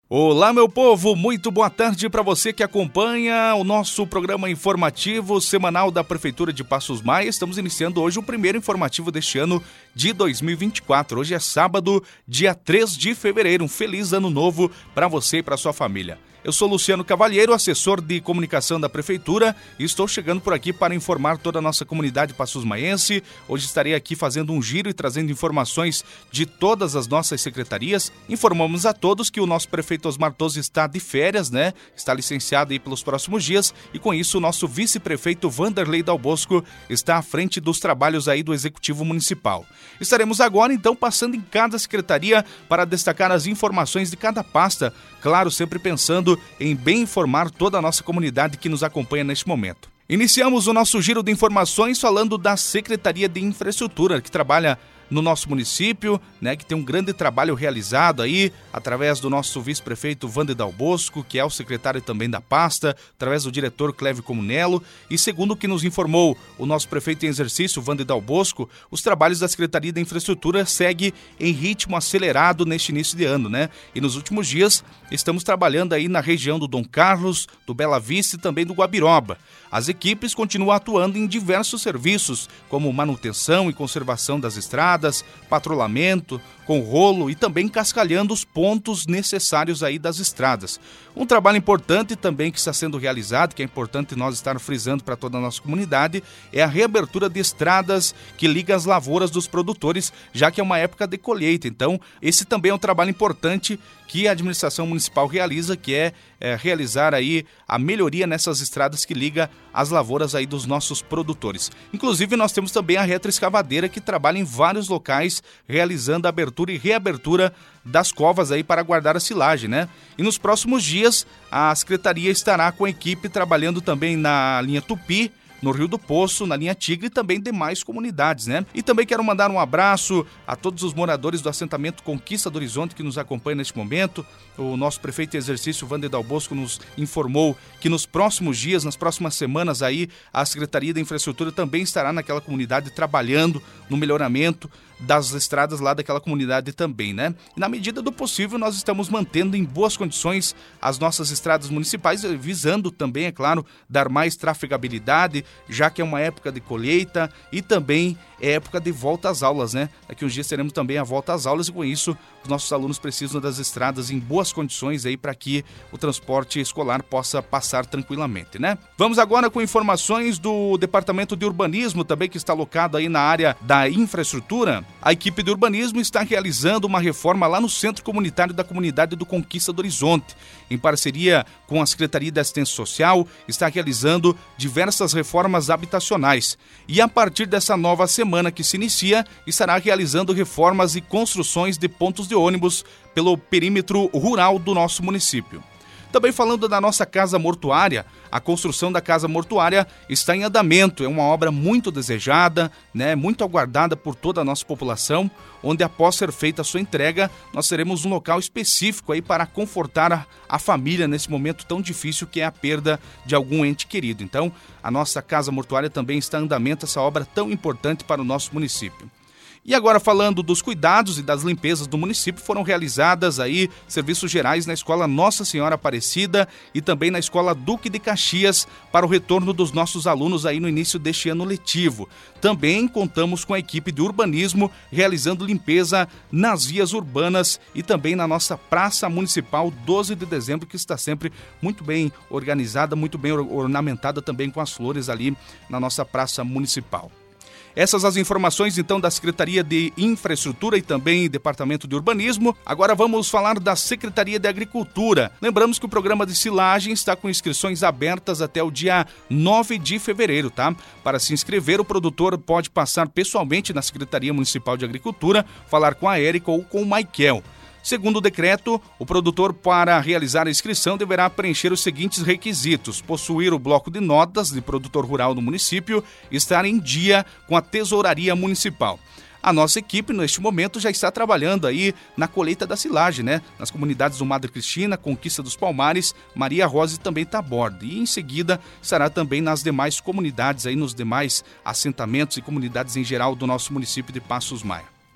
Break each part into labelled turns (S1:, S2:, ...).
S1: Olá, meu povo, muito boa tarde para você que acompanha o nosso programa informativo semanal da Prefeitura de Passos Maia. Estamos iniciando hoje o primeiro informativo deste ano de 2024. Hoje é sábado, dia 3 de fevereiro. Um feliz ano novo para você e para sua família. Eu sou Luciano Cavalheiro, assessor de comunicação da Prefeitura, e estou chegando por aqui para informar toda a nossa comunidade passosmaense. Hoje estarei aqui fazendo um giro e trazendo informações de todas as nossas secretarias. Informamos a todos que o nosso prefeito Osmar Toso está de férias, Está licenciado aí pelos próximos dias, e com isso o nosso vice-prefeito Vanderlei Dal Bosco está à frente dos trabalhos aí do Executivo Municipal. Estaremos agora, então, passando em cada secretaria para destacar as informações de cada pasta, claro, sempre pensando em bem informar toda a nossa comunidade que nos acompanha neste momento. Iniciamos o nosso giro de informações falando da Secretaria de Infraestrutura, que trabalha no nosso município, que tem um grande trabalho realizado aí, através do nosso vice-prefeito Vander Dal Bosco, que é o secretário também da pasta, através do diretor Cleve Comunello, e segundo o que nos informou o nosso prefeito em exercício, Vander Dal Bosco, os trabalhos da Secretaria de Infraestrutura seguem em ritmo acelerado neste início de ano, E nos últimos dias estamos trabalhando aí na região do Dom Carlos, do Bela Vista e também do Guabiroba. As equipes continuam atuando em diversos serviços, como manutenção e conservação das estradas, patrulhamento, com rolo e também cascalhando os pontos necessários aí das estradas. Um trabalho importante também que está sendo realizado, que é importante nós estar frisando para toda a nossa comunidade, é a reabertura de estradas que ligam as lavouras dos produtores, já que é uma época de colheita. Então, esse também é um trabalho importante que a administração municipal realiza, que é realizar aí a melhoria nessas estradas que liga as lavouras aí dos nossos produtores. Inclusive, nós temos também a retroescavadeira que trabalha em vários locais, realizando a abertura e reabertura das covas aí para guardar a silagem, E nos próximos dias, a Secretaria estará com a equipe trabalhando também na linha Tupi, no Rio do Poço, na linha Tigre e também demais comunidades, E também quero mandar um abraço a todos os moradores do assentamento Conquista do Horizonte que nos acompanham neste momento. O nosso prefeito em exercício, Vander Dal Bosco, nos informou que nos próximos dias, nas próximas semanas aí, a Secretaria da Infraestrutura também estará naquela comunidade trabalhando no melhoramento das estradas lá daquela comunidade também, E na medida do possível, nós estamos mantendo em boas condições as nossas estradas municipais, visando também, é claro, dar mais trafegabilidade, já que é uma época de colheita e também é época de volta às aulas, Daqui uns dias teremos também a volta às aulas e com isso os nossos alunos precisam das estradas em boas condições aí para que o transporte escolar possa passar tranquilamente, Vamos agora com informações do Departamento de Urbanismo também, que está alocado aí na área da infraestrutura. A equipe de urbanismo está realizando uma reforma lá no Centro Comunitário da Comunidade do Conquista do Horizonte. Em parceria com a Secretaria de Assistência Social, está realizando diversas reformas habitacionais. E a partir dessa nova semana que se inicia, estará realizando reformas e construções de pontos de ônibus pelo perímetro rural do nosso município. Também falando da nossa casa mortuária, a construção da casa mortuária está em andamento. É uma obra muito desejada, muito aguardada por toda a nossa população, onde após ser feita a sua entrega, nós teremos um local específico aí para confortar a família nesse momento tão difícil que é a perda de algum ente querido. Então, a nossa casa mortuária também está em andamento, essa obra tão importante para o nosso município. E agora falando dos cuidados e das limpezas do município, foram realizadas aí serviços gerais na Escola Nossa Senhora Aparecida e também na Escola Duque de Caxias para o retorno dos nossos alunos aí no início deste ano letivo. Também contamos com a equipe de urbanismo realizando limpeza nas vias urbanas e também na nossa Praça Municipal 12 de dezembro, que está sempre muito bem organizada, muito bem ornamentada também com as flores ali na nossa Praça Municipal. Essas as informações, então, da Secretaria de Infraestrutura e também Departamento de Urbanismo. Agora vamos falar da Secretaria de Agricultura. Lembramos que o programa de silagem está com inscrições abertas até o dia 9 de fevereiro, Para se inscrever, o produtor pode passar pessoalmente na Secretaria Municipal de Agricultura, falar com a Érica ou com o Maikel. Segundo o decreto, o produtor, para realizar a inscrição, deverá preencher os seguintes requisitos: possuir o bloco de notas de produtor rural no município, estar em dia com a tesouraria municipal. A nossa equipe, neste momento, já está trabalhando aí na colheita da silagem, Nas comunidades do Madre Cristina, Conquista dos Palmares, Maria Rosa e também Taborda. E em seguida estará também nas demais comunidades, aí nos demais assentamentos e comunidades em geral do nosso município de Passos Maia.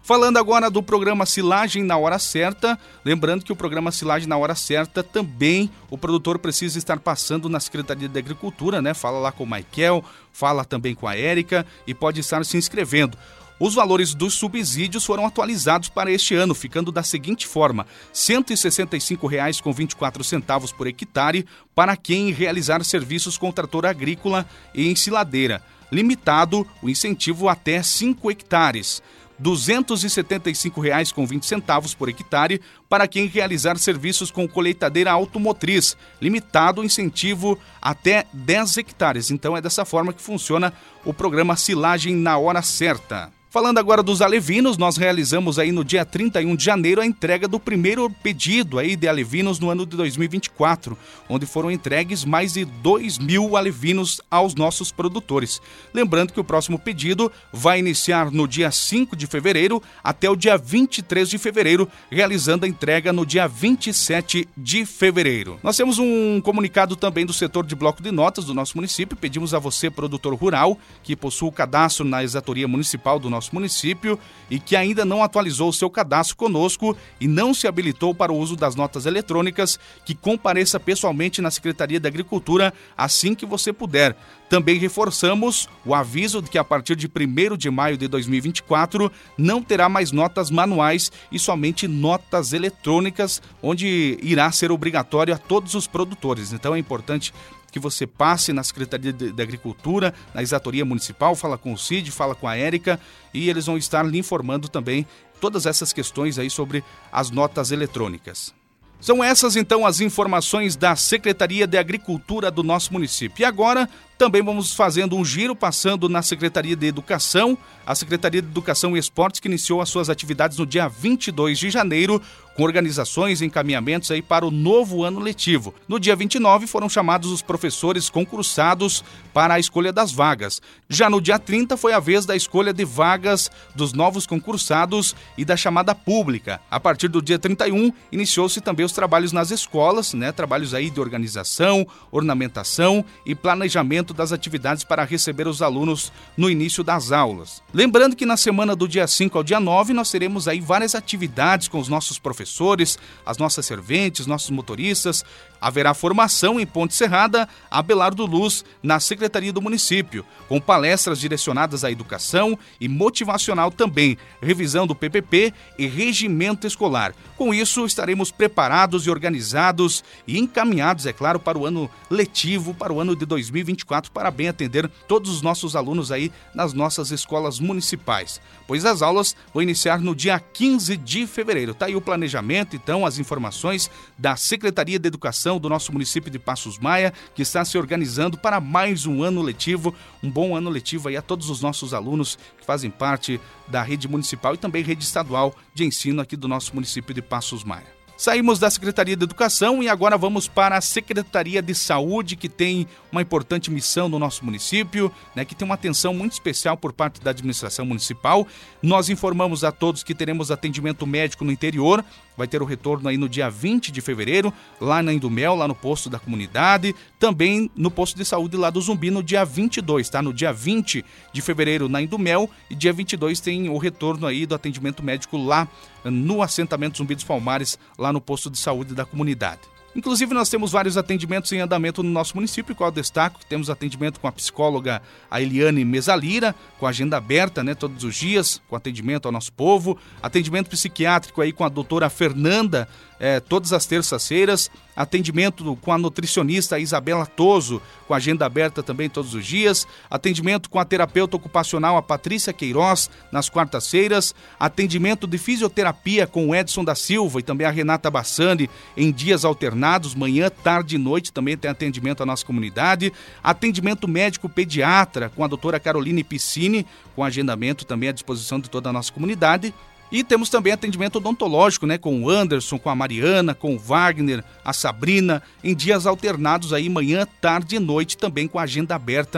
S1: Falando agora do programa Silagem na Hora Certa, lembrando que o programa Silagem na Hora Certa também o produtor precisa estar passando na Secretaria de Agricultura, né? Fala lá com o Maikel, fala também com a Érica e pode estar se inscrevendo. Os valores dos subsídios foram atualizados para este ano, ficando da seguinte forma: R$ 165,24 por hectare para quem realizar serviços com trator agrícola e ensiladeira. Limitado o incentivo até 5 hectares. R$ 275,20 por hectare para quem realizar serviços com colheitadeira automotriz, limitado o incentivo até 10 hectares. Então é dessa forma que funciona o programa Silagem na Hora Certa. Falando agora dos alevinos, nós realizamos aí no dia 31 de janeiro a entrega do primeiro pedido aí de alevinos no ano de 2024, onde foram entregues mais de 2.000 alevinos aos nossos produtores. Lembrando que o próximo pedido vai iniciar no dia 5 de fevereiro até o dia 23 de fevereiro, realizando a entrega no dia 27 de fevereiro. Nós temos um comunicado também do setor de bloco de notas do nosso município. Pedimos a você, produtor rural, que possua o cadastro na exatoria municipal do nosso município e que ainda não atualizou o seu cadastro conosco e não se habilitou para o uso das notas eletrônicas, que compareça pessoalmente na Secretaria de Agricultura assim que você puder. Também reforçamos o aviso de que a partir de 1º de maio de 2024 não terá mais notas manuais e somente notas eletrônicas, onde irá ser obrigatório a todos os produtores. Então é importante que você passe na Secretaria de Agricultura, na exatoria municipal, fala com o Cid, fala com a Érica e eles vão estar lhe informando também todas essas questões aí sobre as notas eletrônicas. São essas então as informações da Secretaria de Agricultura do nosso município. E agora também vamos fazendo um giro, passando na Secretaria de Educação, a Secretaria de Educação e Esportes, que iniciou as suas atividades no dia 22 de janeiro, com organizações e encaminhamentos aí para o novo ano letivo. No dia 29 foram chamados os professores concursados para a escolha das vagas. Já no dia 30 foi a vez da escolha de vagas dos novos concursados e da chamada pública. A partir do dia 31 iniciou-se também os trabalhos nas escolas, né? Trabalhos aí de organização, ornamentação e planejamento das atividades para receber os alunos no início das aulas. Lembrando que na semana do dia 5 ao dia 9 nós teremos aí várias atividades com os nossos professores, as nossas serventes, nossos motoristas. Haverá formação em Ponte Serrada, Abelardo Luz, na Secretaria do Município, com palestras direcionadas à educação e motivacional também, revisão do PPP e regimento escolar. Com isso, estaremos preparados e organizados e encaminhados, é claro, para o ano letivo, para o ano de 2024, para bem atender todos os nossos alunos aí nas nossas escolas municipais, pois as aulas vão iniciar no dia 15 de fevereiro. Está aí o planejamento, então, as informações da Secretaria de Educação do nosso município de Passos Maia, que está se organizando para mais um ano letivo, um bom ano letivo aí a todos os nossos alunos que fazem parte da rede municipal e também rede estadual de ensino aqui do nosso município de Passos Maia. Saímos da Secretaria de Educação e agora vamos para a Secretaria de Saúde, que tem uma importante missão no nosso município, né, que tem uma atenção muito especial por parte da administração municipal. Nós informamos a todos que teremos atendimento médico no interior, vai ter o retorno aí no dia 20 de fevereiro, lá na Indumel, lá no posto da comunidade, também no posto de saúde lá do Zumbi no dia 22, tá? No dia 20 de fevereiro na Indumel e dia 22 tem o retorno aí do atendimento médico lá no assentamento Zumbi dos Palmares, lá no posto de saúde da comunidade. Inclusive, nós temos vários atendimentos em andamento no nosso município, qual eu destaco que temos atendimento com a psicóloga a Eliane Mesalira, com agenda aberta, né, todos os dias, com atendimento ao nosso povo, atendimento psiquiátrico aí com a doutora Fernanda, todas as terças-feiras, atendimento com a nutricionista Isabela Toso, com agenda aberta também todos os dias, atendimento com a terapeuta ocupacional a Patrícia Queiroz, nas quartas-feiras, atendimento de fisioterapia com o Edson da Silva e também a Renata Bassani em dias alternados, manhã, tarde e noite, também tem atendimento à nossa comunidade, atendimento médico pediatra com a doutora Caroline Piscini, com agendamento também à disposição de toda a nossa comunidade. E temos também atendimento odontológico, né, com o Anderson, com a Mariana, com o Wagner, a Sabrina, em dias alternados aí, manhã, tarde e noite, também com a agenda aberta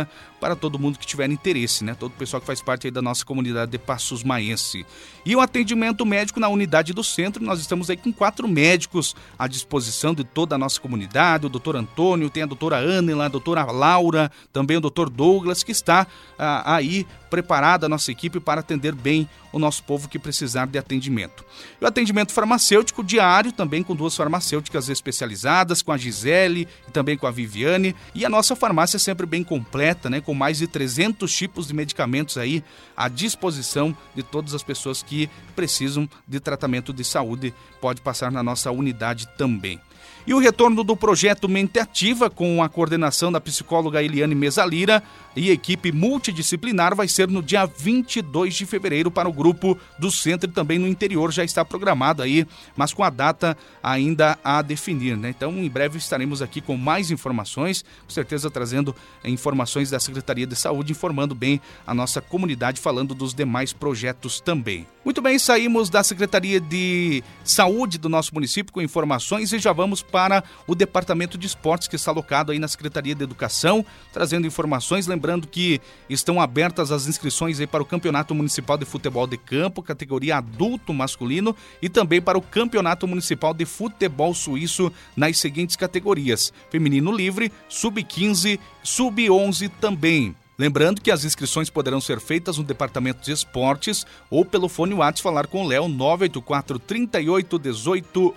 S1: para todo mundo que tiver interesse, né? Todo o pessoal que faz parte aí da nossa comunidade de Passos Maense. E o atendimento médico na unidade do centro, nós estamos aí com 4 médicos à disposição de toda a nossa comunidade, o doutor Antônio, tem a doutora Ânela, a doutora Laura, também o doutor Douglas, que está aí preparada a nossa equipe para atender bem o nosso povo que precisar de atendimento. E o atendimento farmacêutico diário, também com 2 farmacêuticas especializadas, com a Gisele e também com a Viviane. E a nossa farmácia é sempre bem completa, né? Com mais de 300 tipos de medicamentos aí à disposição de todas as pessoas que precisam de tratamento de saúde. Pode passar na nossa unidade também. E o retorno do projeto Mente Ativa, com a coordenação da psicóloga Eliane Mesalira e equipe multidisciplinar, vai ser no dia 22 de fevereiro para o grupo do centro e também no interior, já está programado aí, mas com a data ainda a definir, né? Então, em breve estaremos aqui com mais informações, com certeza trazendo informações da Secretaria de Saúde, informando bem a nossa comunidade, falando dos demais projetos também. Muito bem, saímos da Secretaria de Saúde do nosso município com informações e já vamos para o Departamento de Esportes, que está alocado aí na Secretaria de Educação, trazendo informações, lembrando que estão abertas as inscrições aí para o Campeonato Municipal de Futebol de Campo, categoria adulto masculino, e também para o Campeonato Municipal de Futebol Suíço nas seguintes categorias: feminino livre, sub-15, sub-11 também. Lembrando que as inscrições poderão ser feitas no Departamento de Esportes ou pelo fone WhatsApp falar com o Léo 984 38 18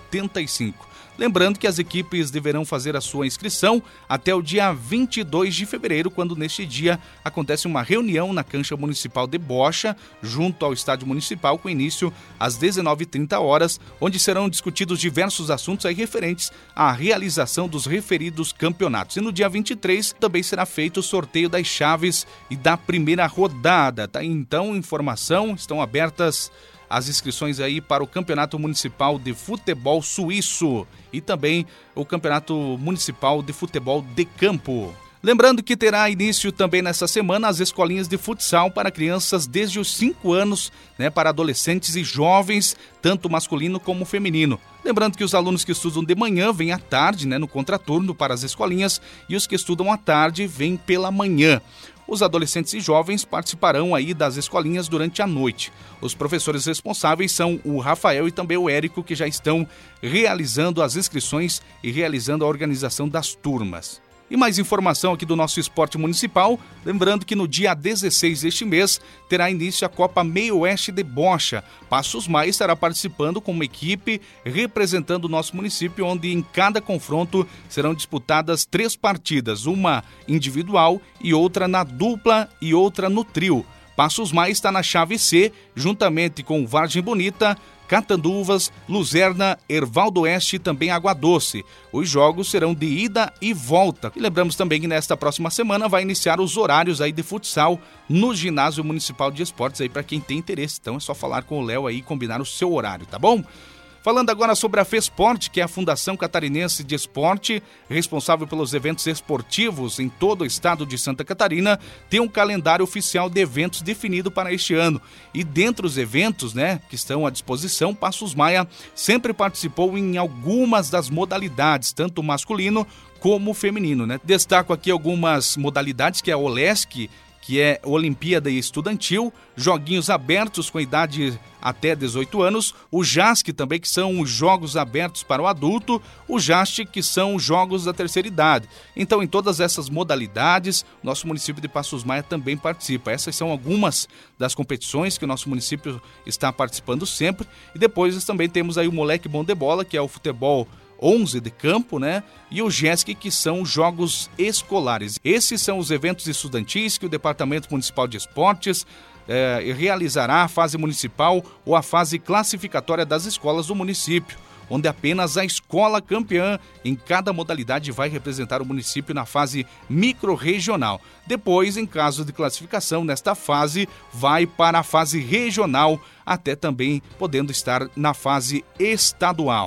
S1: 85. Lembrando que as equipes deverão fazer a sua inscrição até o dia 22 de fevereiro, quando neste dia acontece uma reunião na Cancha Municipal de Bocha, junto ao Estádio Municipal, com início às 19h30, onde serão discutidos diversos assuntos aí referentes à realização dos referidos campeonatos. E no dia 23 também será feito o sorteio das chaves e da primeira rodada. Tá? Então, informação, estão abertas as inscrições aí para o Campeonato Municipal de Futebol Suíço e também o Campeonato Municipal de Futebol de Campo. Lembrando que terá início também nessa semana as escolinhas de futsal para crianças desde os 5 anos, né, para adolescentes e jovens, tanto masculino como feminino. Lembrando que os alunos que estudam de manhã vêm à tarde, né, no contraturno para as escolinhas, e os que estudam à tarde vêm pela manhã. Os adolescentes e jovens participarão aí das escolinhas durante a noite. Os professores responsáveis são o Rafael e também o Érico, que já estão realizando as inscrições e realizando a organização das turmas. E mais informação aqui do nosso esporte municipal, lembrando que no dia 16 deste mês terá início a Copa Meio Oeste de Bocha. Passos Maia estará participando com uma equipe representando o nosso município, onde em cada confronto serão disputadas 3 partidas, uma individual e outra na dupla e outra no trio. Passos Maia está na chave C, juntamente com Vargem Bonita, Catanduvas, Luzerna, Hervaldo Oeste e também Água Doce. Os jogos serão de ida e volta. E lembramos também que nesta próxima semana vai iniciar os horários aí de futsal no Ginásio Municipal de Esportes aí para quem tem interesse. Então é só falar com o Léo aí e combinar o seu horário, tá bom? Falando agora sobre a FESPORT, que é a Fundação Catarinense de Esporte, responsável pelos eventos esportivos em todo o estado de Santa Catarina, tem um calendário oficial de eventos definido para este ano. E dentre os eventos, né, que estão à disposição, Passos Maia sempre participou em algumas das modalidades, tanto masculino como feminino, né? Destaco aqui algumas modalidades, que é a OLESC, que é Olimpíada Estudantil, Joguinhos Abertos com idade até 18 anos, o JASC também, que são os Jogos Abertos para o Adulto, o JAST, que são os Jogos da Terceira Idade. Então, em todas essas modalidades, nosso município de Passos Maia também participa. Essas são algumas das competições que o nosso município está participando sempre. E depois também temos aí o Moleque Bom de Bola, que é o futebol 11 de campo, né? E o GESC, que são jogos escolares. Esses são os eventos estudantis que o Departamento Municipal de Esportes realizará a fase municipal ou a fase classificatória das escolas do município, onde apenas a escola campeã em cada modalidade vai representar o município na fase microrregional. Depois, em caso de classificação nesta fase, vai para a fase regional, até também podendo estar na fase estadual.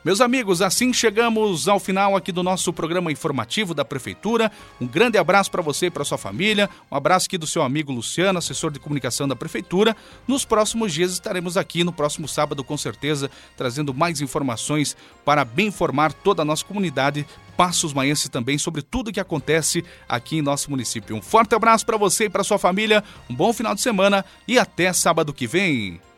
S1: Meus amigos, assim chegamos ao final aqui do nosso programa informativo da Prefeitura. Um grande abraço para você e para sua família. Um abraço aqui do seu amigo Luciano, assessor de comunicação da Prefeitura. Nos próximos dias estaremos aqui, no próximo sábado, com certeza, trazendo mais informações para bem informar toda a nossa comunidade Passos-Maiense também sobre tudo o que acontece aqui em nosso município. Um forte abraço para você e para sua família, um bom final de semana e até sábado que vem.